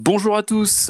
Bonjour à tous.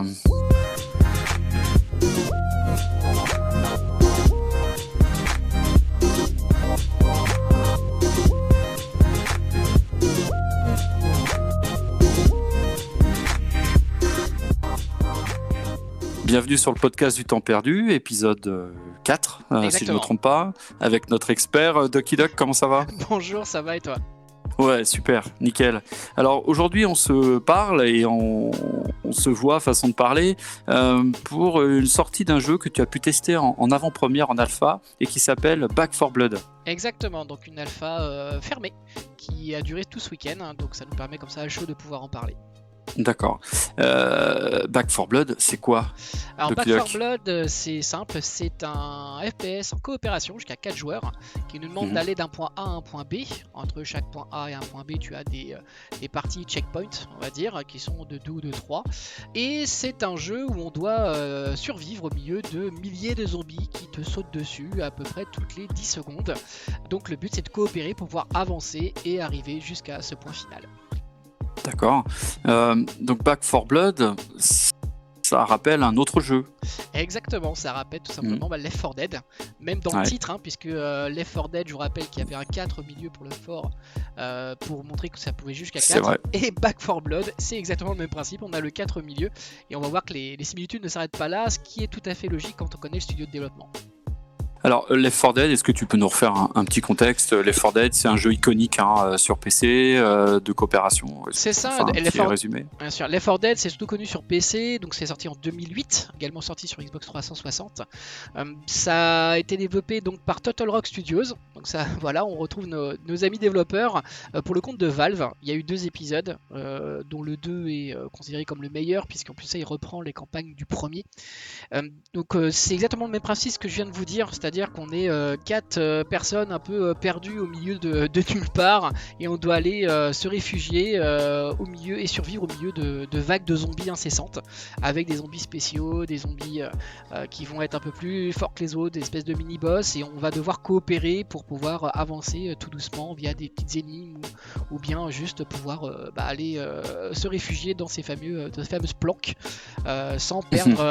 Bienvenue sur le podcast du temps perdu, épisode 4, si je ne me trompe pas, avec notre expert Ducky Duck. Comment ça va ? Bonjour, ça va et toi ? Ouais, super, nickel. Alors aujourd'hui, on se parle et on se voit, façon de parler, pour une sortie d'un jeu que tu as pu tester en avant-première, en alpha, et qui s'appelle Back 4 Blood. Exactement, donc une alpha fermée qui a duré tout ce week-end, donc ça nous permet comme ça à chaud de pouvoir en parler. D'accord. Back 4 Blood, c'est quoi ? Alors Back 4 Blood, c'est simple, c'est un FPS en coopération jusqu'à 4 joueurs qui nous demande d'aller d'un point A à un point B. Entre chaque point A et un point B, tu as des parties checkpoint, on va dire, qui sont de 2 ou de 3. Et c'est un jeu où on doit survivre au milieu de milliers de zombies qui te sautent dessus à peu près toutes les 10 secondes. Donc le but, c'est de coopérer pour pouvoir avancer et arriver jusqu'à ce point final. D'accord. Donc Back 4 Blood, ça rappelle un autre jeu. Exactement, ça rappelle tout simplement Left 4 Dead, même dans le titre, puisque Left 4 Dead, je vous rappelle qu'il y avait un 4 au milieu pour le fort, pour montrer que ça pouvait jusqu'à 4. C'est vrai. Et Back 4 Blood, c'est exactement le même principe, on a le 4 au milieu, et on va voir que les similitudes ne s'arrêtent pas là, ce qui est tout à fait logique quand on connaît le studio de développement. Alors, Left 4 Dead, est-ce que tu peux nous refaire un petit contexte ? Left 4 Dead, c'est un jeu iconique sur PC, de coopération. C'est ça, un petit résumé. Bien sûr, Left 4 Dead, c'est surtout connu sur PC, donc c'est sorti en 2008, également sorti sur Xbox 360. Ça a été développé donc par Total Rock Studios, donc ça, voilà, on retrouve nos amis développeurs pour le compte de Valve. Il y a eu 2 épisodes, dont le 2 est considéré comme le meilleur, puisqu'en plus ça, il reprend les campagnes du premier. Donc c'est exactement le même principe que je viens de vous dire, c'est-à-dire qu'on est 4 personnes un peu perdues au milieu de nulle part et on doit aller se réfugier au milieu et survivre au milieu de vagues de zombies incessantes avec des zombies spéciaux, des zombies qui vont être un peu plus forts que les autres, des espèces de mini-boss, et on va devoir coopérer pour pouvoir avancer tout doucement via des petites énigmes ou bien juste pouvoir aller se réfugier dans ces fameuses planques sans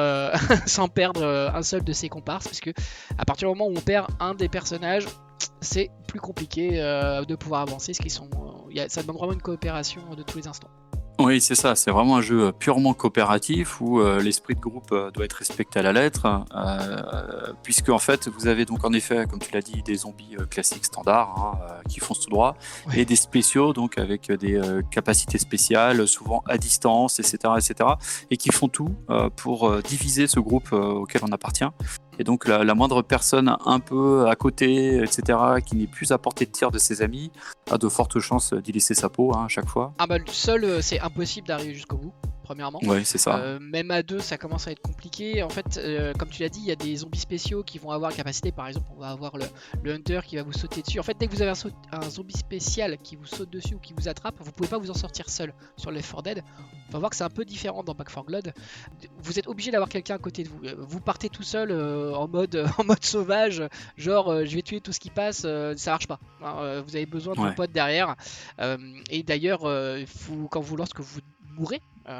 perdre un seul de ses comparses, parce que à partir du moment où on perd un des personnages, c'est plus compliqué de pouvoir avancer, ça demande vraiment une coopération de tous les instants. Oui, c'est ça, c'est vraiment un jeu purement coopératif où l'esprit de groupe doit être respecté à la lettre, puisque en fait vous avez donc en effet, comme tu l'as dit, des zombies classiques standards qui foncent tout droit, et des spéciaux donc avec des capacités spéciales, souvent à distance, etc., et qui font tout pour diviser ce groupe auquel on appartient. Et donc la moindre personne un peu à côté, etc., qui n'est plus à portée de tir de ses amis, a de fortes chances d'y laisser sa peau à chaque fois. Ah bah seul, c'est impossible d'arriver jusqu'au bout. Premièrement. Oui, c'est ça. Même à 2, ça commence à être compliqué. En fait, comme tu l'as dit, il y a des zombies spéciaux qui vont avoir la capacité. Par exemple, on va avoir le hunter qui va vous sauter dessus. En fait, dès que vous avez un zombie spécial qui vous saute dessus ou qui vous attrape, vous pouvez pas vous en sortir seul sur Left 4 Dead. On va voir que c'est un peu différent dans Back 4 Blood. Vous êtes obligé d'avoir quelqu'un à côté de vous. Vous partez tout seul en mode sauvage, genre je vais tuer tout ce qui passe, ça marche pas. Vous avez besoin de vos potes derrière. Et d'ailleurs, lorsque vous mourrez,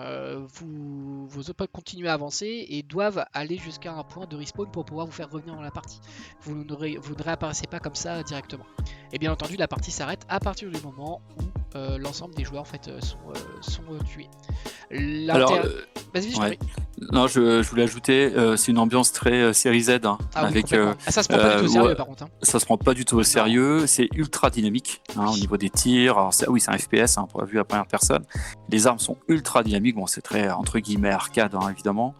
vos autres potes continuent à avancer et doivent aller jusqu'à un point de respawn pour pouvoir vous faire revenir dans la partie. Vous ne réapparaissez pas comme ça directement. Et bien entendu, la partie s'arrête à partir du moment où l'ensemble des joueurs en fait sont tués. Alors, vas-y, je t'en prie. Non, je voulais ajouter, c'est une ambiance très série Z. Avec, ça se prend pas du tout au sérieux par contre. Ça se prend pas du tout au sérieux, c'est ultra dynamique au niveau des tirs. Alors, c'est un FPS, vu à la première personne. Les armes sont ultra dynamiques, bon, c'est très entre guillemets arcade évidemment.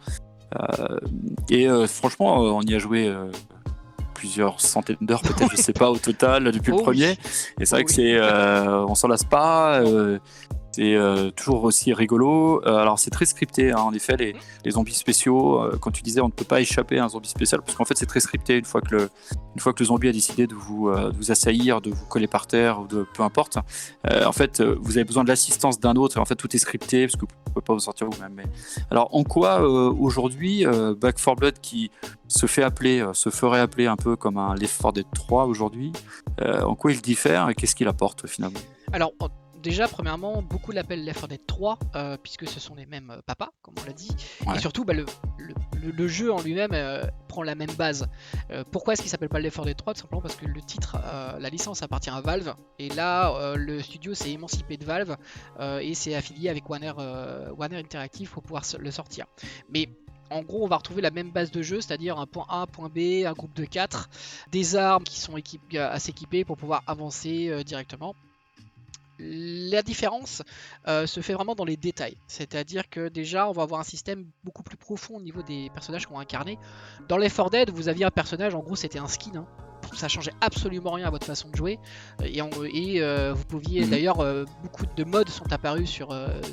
Et franchement, on y a joué plusieurs centaines d'heures peut-être, je sais pas au total depuis le premier. Et c'est vrai que on s'en lasse pas. C'est toujours aussi rigolo. Alors c'est très scripté, en effet, les zombies spéciaux. Quand tu disais on ne peut pas échapper à un zombie spécial, parce qu'en fait c'est très scripté. Une fois que le zombie a décidé de vous assaillir, de vous coller par terre ou de peu importe, en fait vous avez besoin de l'assistance d'un autre. En fait tout est scripté parce que vous ne pouvez pas vous sortir vous-même. Mais... Alors en quoi aujourd'hui Back 4 Blood qui se ferait appeler un peu comme un Left 4 Dead 3 aujourd'hui, en quoi il diffère et qu'est-ce qu'il apporte finalement ? Alors déjà, premièrement, beaucoup l'appellent Left 4 Dead 3, puisque ce sont les mêmes papas, comme on l'a dit. Ouais. Et surtout, le jeu en lui-même prend la même base. Pourquoi est-ce qu'il s'appelle pas Left 4 Dead 3? Tout simplement parce que le titre, la licence appartient à Valve. Et là, le studio s'est émancipé de Valve et s'est affilié avec Warner Interactive pour pouvoir le sortir. Mais en gros, on va retrouver la même base de jeu, c'est-à-dire un point A, un point B, un groupe de 4, des armes qui sont à s'équiper pour pouvoir avancer directement. La différence se fait vraiment dans les détails, c'est-à-dire que déjà on va avoir un système beaucoup plus profond au niveau des personnages qu'on va incarner. Dans Left 4 Dead, vous aviez un personnage, en gros c'était un skin, hein. Ça changeait absolument rien à votre façon de jouer et vous pouviez d'ailleurs beaucoup de mods sont apparus sur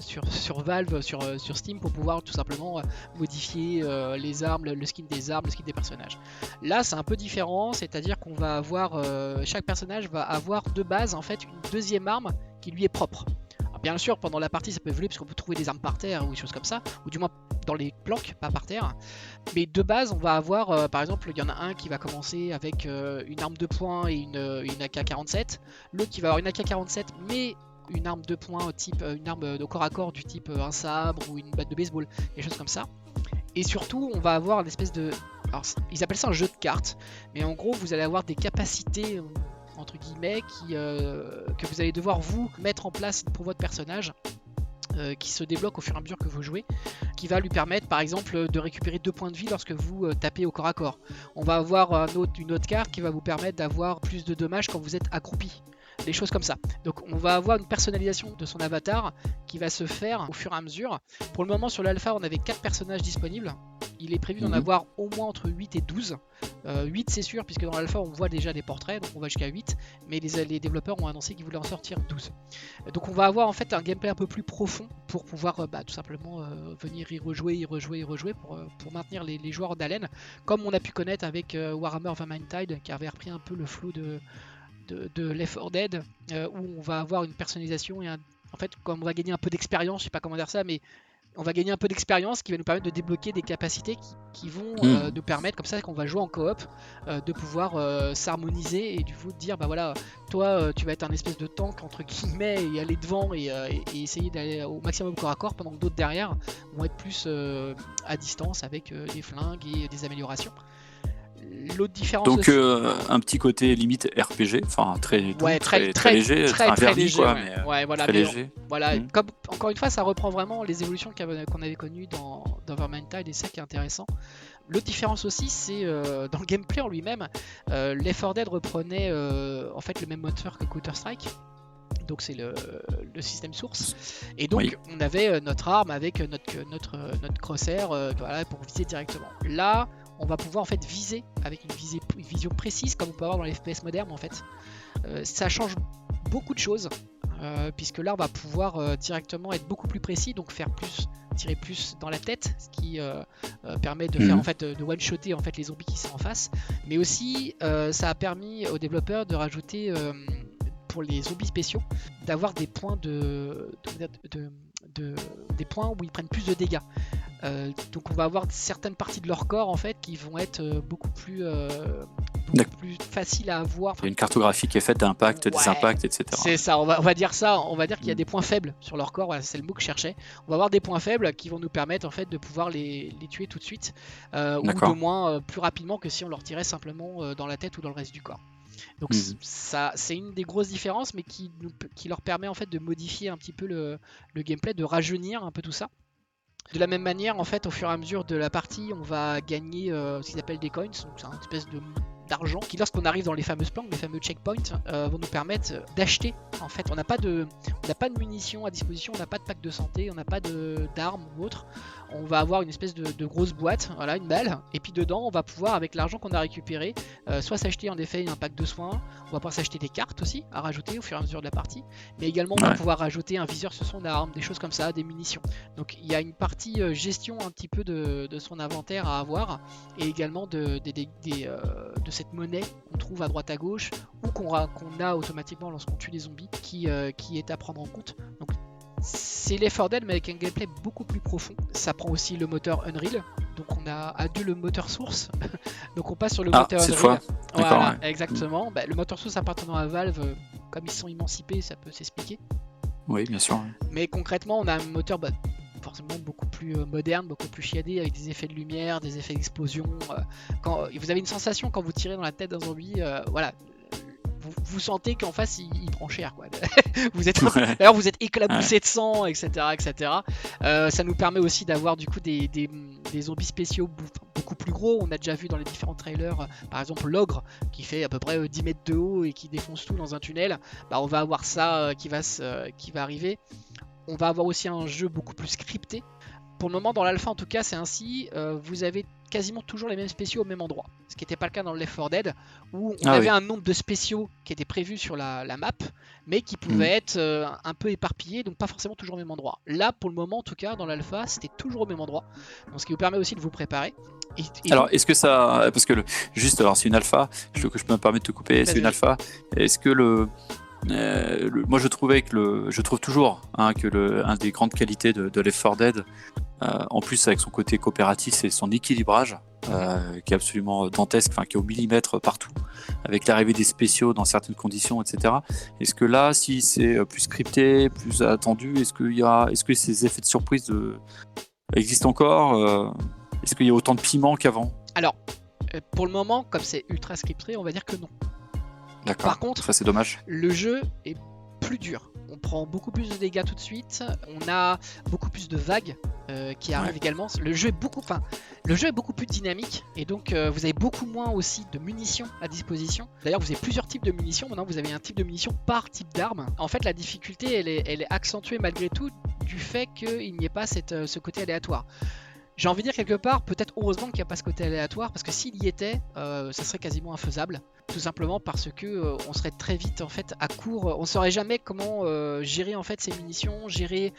Valve, sur Steam pour pouvoir tout simplement modifier les armes, le skin des armes, le skin des personnages. Là c'est un peu différent, c'est-à-dire qu'on va avoir chaque personnage va avoir de base en fait une deuxième arme qui lui est propre. Alors, bien sûr pendant la partie ça peut évoluer parce qu'on peut trouver des armes par terre ou des choses comme ça, ou du moins dans les planques, pas par terre. Mais de base on va avoir par exemple il y en a un qui va commencer avec une arme de poing et une AK-47, l'autre qui va avoir une AK-47 mais une arme de poing type une arme de corps à corps du type un sabre ou une batte de baseball, des choses comme ça. Et surtout on va avoir une espèce de... Alors ils appellent ça un jeu de cartes, mais en gros vous allez avoir des capacités entre guillemets que vous allez devoir vous mettre en place pour votre personnage, qui se débloque au fur et à mesure que vous jouez, qui va lui permettre par exemple de récupérer 2 points de vie lorsque vous tapez au corps à corps. On va avoir une autre carte qui va vous permettre d'avoir plus de dommages quand vous êtes accroupi. Des choses comme ça. Donc on va avoir une personnalisation de son avatar qui va se faire au fur et à mesure. Pour le moment sur l'alpha on avait 4 personnages disponibles. Il est prévu d'en avoir au moins entre 8 et 12. 8 c'est sûr puisque dans l'alpha on voit déjà des portraits, donc on va jusqu'à 8. Mais les développeurs ont annoncé qu'ils voulaient en sortir 12. Donc on va avoir en fait un gameplay un peu plus profond pour pouvoir tout simplement venir y rejouer pour maintenir les joueurs d'haleine. Comme on a pu connaître avec Warhammer Vermintide qui avait repris un peu le flow de Left 4 Dead, où on va avoir une personnalisation et en fait comme on va gagner un peu d'expérience, je sais pas comment dire ça, mais on va gagner un peu d'expérience qui va nous permettre de débloquer des capacités qui vont nous permettre, comme ça qu'on va jouer en coop, de pouvoir s'harmoniser et du coup dire bah voilà, toi tu vas être un espèce de tank entre guillemets et aller devant et essayer d'aller au maximum corps à corps, pendant que d'autres derrière vont être plus à distance avec des flingues et des améliorations. L'autre différence donc aussi, un petit côté limite RPG, enfin très doux, ouais, très léger, un très vernis léger, quoi, ouais. mais Ouais, voilà, très mais léger. voilà, comme encore une fois, ça reprend vraiment les évolutions qu'on avait connues dans Vermintide et c'est ça qui est intéressant. L'autre différence aussi, c'est dans le gameplay en lui-même. Left 4 Dead reprenait en fait le même moteur que Counter-Strike. Donc c'est le système source. Et donc on avait notre arme avec notre crosshair voilà, pour viser directement. Là, on va pouvoir en fait viser avec une vision précise comme on peut avoir dans les FPS modernes en fait. Ça change beaucoup de choses puisque là on va pouvoir directement être beaucoup plus précis, donc tirer plus dans la tête, ce qui permet de faire en fait de one-shotter en fait les zombies qui sont en face. Mais aussi ça a permis aux développeurs de rajouter pour les zombies spéciaux d'avoir des points des points où ils prennent plus de dégâts. Donc on va avoir certaines parties de leur corps en fait qui vont être beaucoup plus faciles à avoir. Il y a une cartographie qui est faite d'impact, des impacts, etc. C'est ça, on va dire ça, on va dire qu'il y a des points faibles sur leur corps, voilà, c'est le mot que je cherchais. On va avoir des points faibles qui vont nous permettre en fait de pouvoir les tuer tout de suite, ou de moins plus rapidement que si on leur tirait simplement dans la tête ou dans le reste du corps. Donc ça, c'est une des grosses différences, mais qui leur permet en fait de modifier un petit peu le gameplay, de rajeunir un peu tout ça. De la même manière, en fait, au fur et à mesure de la partie, on va gagner ce qu'ils appellent des coins, donc c'est une espèce d'argent qui, lorsqu'on arrive dans les fameuses planques, les fameux checkpoints, vont nous permettre d'acheter. En fait, on n'a pas de munitions à disposition, on n'a pas de pack de santé, on n'a pas d'armes ou autre. On va avoir une espèce de grosse boîte, voilà, une balle, et puis dedans, on va pouvoir, avec l'argent qu'on a récupéré, soit s'acheter en effet un pack de soins, on va pouvoir s'acheter des cartes aussi à rajouter au fur et à mesure de la partie, mais également on va pouvoir rajouter un viseur sur son arme, des choses comme ça, des munitions. Donc il y a une partie gestion un petit peu de son inventaire à avoir, et également de cette monnaie qu'on trouve à droite à gauche, ou qu'on a automatiquement lorsqu'on tue les zombies, qui est à prendre en compte. Donc c'est Left 4 Dead mais avec un gameplay beaucoup plus profond. Ça prend aussi le moteur Unreal, donc on a dû le moteur source. Donc on passe sur le moteur Unreal. Voilà, exactement. Le moteur source appartenant à Valve, comme ils sont émancipés, ça peut s'expliquer. Oui, bien sûr. Mais concrètement, on a un moteur forcément beaucoup plus moderne, beaucoup plus chiadé, avec des effets de lumière, des effets d'explosion. Quand vous avez une sensation quand vous tirez dans la tête d'un zombie, voilà. Vous sentez qu'en face il prend cher, quoi. D'ailleurs vous êtes éclaboussé de sang, etc., etc. Ça nous permet aussi d'avoir du coup des zombies spéciaux beaucoup plus gros. On a déjà vu dans les différents trailers, par exemple l'ogre qui fait à peu près 10 mètres de haut et qui défonce tout dans un tunnel. On va avoir ça qui va arriver. On va avoir aussi un jeu beaucoup plus scripté. Pour le moment, dans l'alpha en tout cas, c'est ainsi. Vous avez quasiment toujours les mêmes spéciaux au même endroit. Ce qui n'était pas le cas dans le Left 4 Dead, où on avait un nombre de spéciaux qui était prévu sur la map, mais qui pouvaient être un peu éparpillés, donc pas forcément toujours au même endroit. Là, pour le moment, en tout cas, dans l'alpha, c'était toujours au même endroit. Donc, ce qui vous permet aussi de vous préparer. Alors, est-ce que ça... Parce que juste, alors c'est une alpha, je peux me permettre de te couper, c'est une alpha. Est-ce que moi je trouve toujours que un des grandes qualités de Left 4 Dead, en plus avec son côté coopératif, c'est son équilibrage qui est absolument dantesque, qui est au millimètre partout, avec l'arrivée des spéciaux dans certaines conditions, etc. Est-ce que là, si c'est plus scripté, plus attendu, est-ce que ces effets de surprise existent encore Est-ce qu'il y a autant de piment qu'avant? Alors, pour le moment, comme c'est ultra scripté, on va dire que non. D'accord. Par contre, ça c'est dommage. Le jeu est plus dur. On prend beaucoup plus de dégâts tout de suite. On a beaucoup plus de vagues qui arrivent également. Le jeu est beaucoup plus dynamique et donc vous avez beaucoup moins aussi de munitions à disposition. D'ailleurs, vous avez plusieurs types de munitions. Maintenant, vous avez un type de munitions par type d'arme. En fait, la difficulté, elle est accentuée malgré tout du fait qu'il n'y ait pas ce côté aléatoire. J'ai envie de dire quelque part, peut-être heureusement qu'il n'y a pas ce côté aléatoire, parce que s'il y était, ça serait quasiment infaisable. Tout simplement parce que on serait très vite en fait à court. On ne saurait jamais comment gérer en fait ses munitions, gérer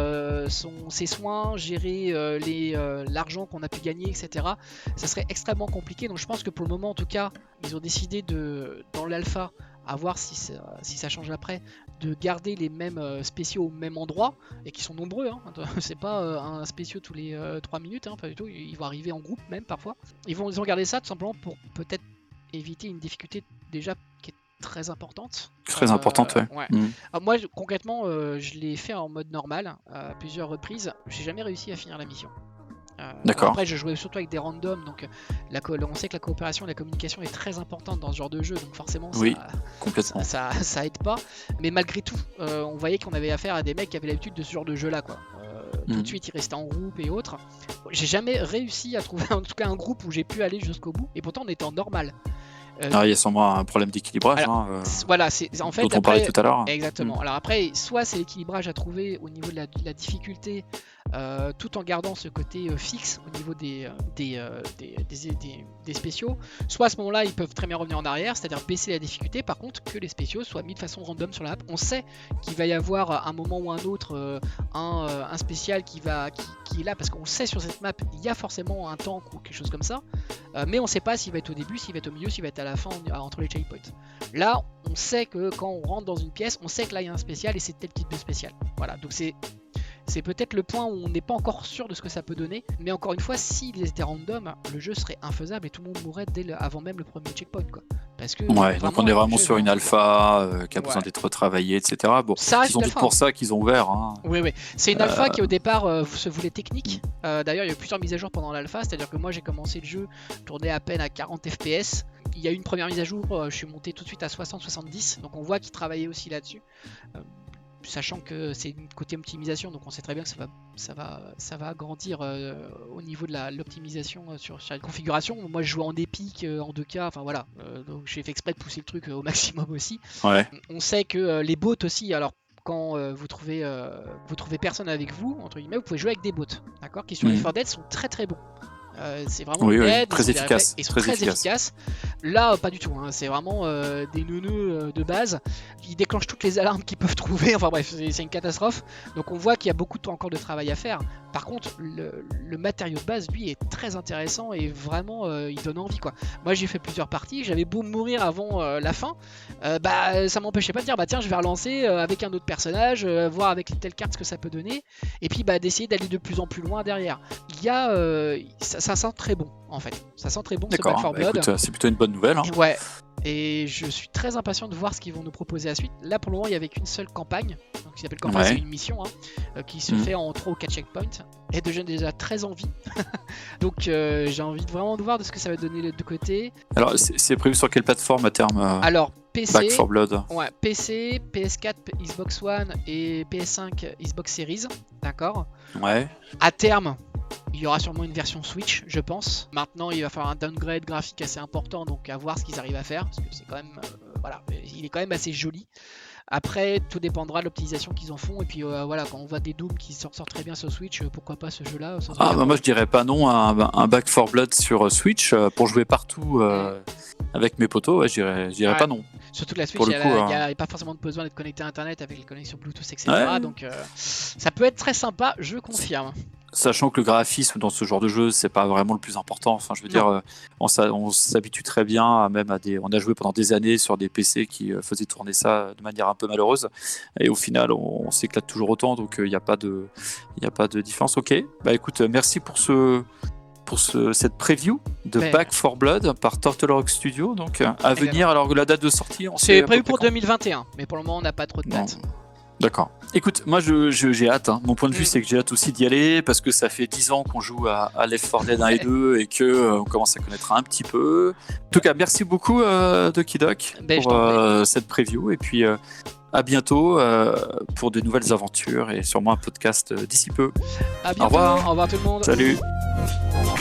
ses soins, gérer l'argent qu'on a pu gagner, etc. Ça serait extrêmement compliqué. Donc je pense que pour le moment, en tout cas, ils ont décidé dans l'alpha, à voir si ça change après, de garder les mêmes spéciaux au même endroit, et qui sont nombreux, hein. C'est pas un spéciaux tous les 3 minutes, hein, pas du tout, ils vont arriver en groupe même parfois. Ils ont gardé ça tout simplement pour peut-être éviter une difficulté déjà qui est très importante. Très importante, ouais. Alors moi concrètement, je l'ai fait en mode normal à plusieurs reprises, j'ai jamais réussi à finir la mission. D'accord. Après, je jouais surtout avec des randoms, donc on sait que la coopération et la communication est très importante dans ce genre de jeu, donc forcément complètement. Ça aide pas. Mais malgré tout, on voyait qu'on avait affaire à des mecs qui avaient l'habitude de ce genre de jeu-là, quoi. Tout de suite, ils restaient en groupe et autres. J'ai jamais réussi à trouver en tout cas un groupe où j'ai pu aller jusqu'au bout, et pourtant on était en normal. Il y a sûrement un problème d'équilibrage. Voilà, c'est en fait. Dont on parlait tout à l'heure. Exactement. Alors après, soit c'est l'équilibrage à trouver au niveau de la difficulté, tout en gardant ce côté fixe au niveau des spéciaux. Soit à ce moment-là, ils peuvent très bien revenir en arrière, c'est-à-dire baisser la difficulté. Par contre, que les spéciaux soient mis de façon random sur la map. On sait qu'il va y avoir à un moment ou un autre un spécial qui est là, parce qu'on sait sur cette map il y a forcément un tank ou quelque chose comme ça. Mais on sait pas s'il va être au début, s'il va être au milieu, s'il va être à la fin entre les checkpoints. Là, on sait que quand on rentre dans une pièce, on sait que là il y a un spécial et c'est tel type de spécial. Voilà, donc c'est peut-être le point où on n'est pas encore sûr de ce que ça peut donner. Mais encore une fois, s'il était random, le jeu serait infaisable et tout le monde mourrait avant même le premier checkpoint, quoi. Parce que donc on est vraiment sur une alpha qui a besoin d'être retravaillée, etc. Bon, c'est sans doute pour ça qu'ils ont ouvert. Oui. C'est une alpha qui au départ se voulait technique. D'ailleurs, il y a eu plusieurs mises à jour pendant l'alpha, c'est-à-dire que moi j'ai commencé le jeu, tourné à peine à 40 FPS. Il y a eu une première mise à jour, je suis monté tout de suite à 60-70, donc on voit qu'ils travaillaient aussi là-dessus. Sachant que c'est une côté optimisation, donc on sait très bien que ça va grandir au niveau de l'optimisation sur la configuration. Moi je joue en épique, en 2K, enfin voilà, donc j'ai fait exprès de pousser le truc au maximum aussi. On sait que les bots aussi, alors quand vous trouvez personne avec vous, entre guillemets, vous pouvez jouer avec des bots, d'accord, qui sur les 4 Dead sont très très bons. C'est vraiment très efficace. Ils sont très efficaces. Là, pas du tout. Hein. C'est vraiment des neuneux de base. Ils déclenchent toutes les alarmes qu'ils peuvent trouver. Enfin bref, c'est une catastrophe. Donc on voit qu'il y a beaucoup encore de travail à faire. Par contre, le matériau de base, lui, est très intéressant et vraiment, il donne envie, quoi. Moi, j'ai fait plusieurs parties. J'avais beau mourir avant la fin, ça m'empêchait pas de dire, tiens, je vais relancer avec un autre personnage, voir avec telle carte ce que ça peut donner, et puis d'essayer d'aller de plus en plus loin derrière. Il y a ça sent très bon, en fait. Ça sent très bon, ce Back 4 Blood. Écoute, c'est plutôt une bonne nouvelle. Hein. Ouais. et je suis très impatient de voir ce qu'ils vont nous proposer à la suite. Là pour le moment il n'y avait qu'une seule campagne, donc qui s'appelle campagne, c'est une mission qui se fait en 3 ou 4 checkpoints, et j'ai déjà très envie. Donc j'ai envie vraiment de voir de ce que ça va donner les deux côtés. Alors c'est prévu sur quelle plateforme à terme Alors PC, Back 4 Blood. Ouais, PC, PS4, Xbox One et PS5, Xbox Series, d'accord. Ouais. À terme, il y aura sûrement une version Switch, je pense. Maintenant, il va falloir un downgrade graphique assez important, donc à voir ce qu'ils arrivent à faire, parce que c'est quand même, voilà, il est quand même assez joli. Après, tout dépendra de l'optimisation qu'ils en font. Et puis voilà, quand on voit des Doom qui sortent très bien sur Switch, pourquoi pas ce jeu-là moi je dirais pas non à un Back 4 Blood sur Switch pour jouer partout avec mes potos. Ouais, je dirais pas non. Surtout que la Switch, il n'y a pas forcément besoin d'être connecté à Internet avec les connexions Bluetooth, etc. Ouais. Donc ça peut être très sympa, je confirme. Sachant que le graphisme dans ce genre de jeu, c'est pas vraiment le plus important. Enfin, je veux dire, on s'habitue très bien, on a joué pendant des années sur des PC qui faisaient tourner ça de manière un peu malheureuse. Et au final, on s'éclate toujours autant, donc il n'y a pas de différence. Ok, bah écoute, merci pour cette preview de Back 4 Blood par Turtle Rock Studio. Donc à venir, alors la date de sortie, c'est prévu pour 2021, mais pour le moment, on n'a pas trop de date. Non. D'accord. Écoute, moi j'ai hâte. Mon point de vue, c'est que j'ai hâte aussi d'y aller parce que ça fait 10 ans qu'on joue à Left 4 Dead 1 et 2 et qu'on commence à connaître un petit peu. En tout cas, merci beaucoup Doki Doc pour cette preview et puis à bientôt pour de nouvelles aventures et sûrement un podcast d'ici peu. À bientôt. Au revoir tout le monde. Salut.